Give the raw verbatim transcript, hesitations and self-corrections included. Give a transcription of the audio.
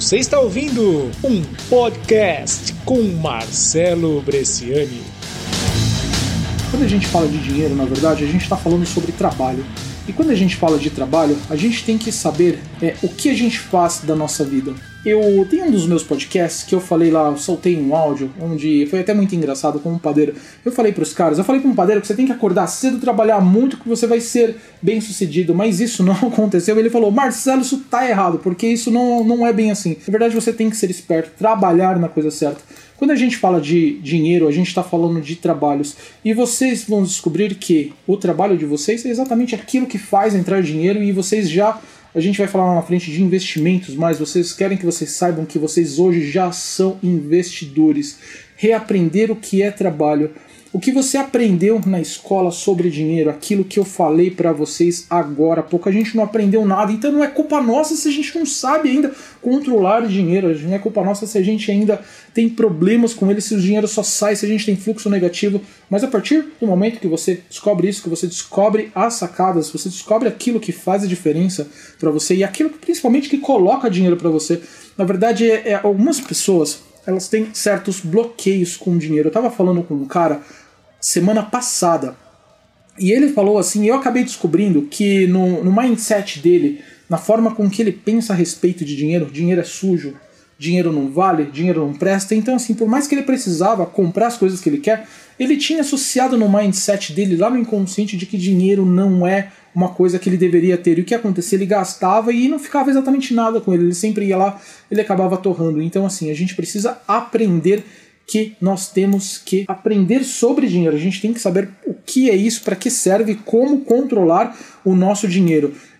Você está ouvindo um podcast com Marcelo Bresciani. Quando a gente fala de dinheiro, na verdade, a gente está falando sobre trabalho. E quando a gente fala de trabalho, a gente tem que saber é, o que a gente faz da nossa vida. Eu tenho um dos meus podcasts que eu falei lá, eu soltei um áudio, onde foi até muito engraçado como um padeiro. Eu falei para os caras, eu falei para um padeiro que você tem que acordar cedo, trabalhar muito, que você vai ser bem sucedido, mas isso não aconteceu. Ele falou, Marcelo, isso tá errado, porque isso não, não é bem assim. Na verdade, você tem que ser esperto, trabalhar na coisa certa. Quando a gente fala de dinheiro, a gente está falando de trabalhos. E vocês vão descobrir que o trabalho de vocês é exatamente aquilo que faz entrar dinheiro e vocês já... A gente vai falar lá na frente de investimentos, mas vocês querem que vocês saibam que vocês hoje já são investidores. Reaprender o que é trabalho. O que você aprendeu na escola sobre dinheiro, aquilo que eu falei pra vocês agora há pouco, a gente não aprendeu nada, então não é culpa nossa se a gente não sabe ainda controlar dinheiro, não é culpa nossa se a gente ainda tem problemas com ele, se o dinheiro só sai, se a gente tem fluxo negativo, mas a partir do momento que você descobre isso, que você descobre as sacadas, você descobre aquilo que faz a diferença pra você e aquilo que, principalmente que coloca dinheiro pra você, na verdade é, é, algumas pessoas, elas têm certos bloqueios com o dinheiro. Eu tava falando com um cara semana passada, e ele falou assim, eu acabei descobrindo que no, no mindset dele, na forma com que ele pensa a respeito de dinheiro, dinheiro é sujo, dinheiro não vale, dinheiro não presta, então assim, por mais que ele precisava comprar as coisas que ele quer, ele tinha associado no mindset dele, lá no inconsciente, de que dinheiro não é uma coisa que ele deveria ter, e o que acontecia, ele gastava e não ficava exatamente nada com ele, ele sempre ia lá, ele acabava torrando, então assim, a gente precisa aprender que nós temos que aprender sobre dinheiro. A gente tem que saber o que é isso, para que serve, como controlar o nosso dinheiro.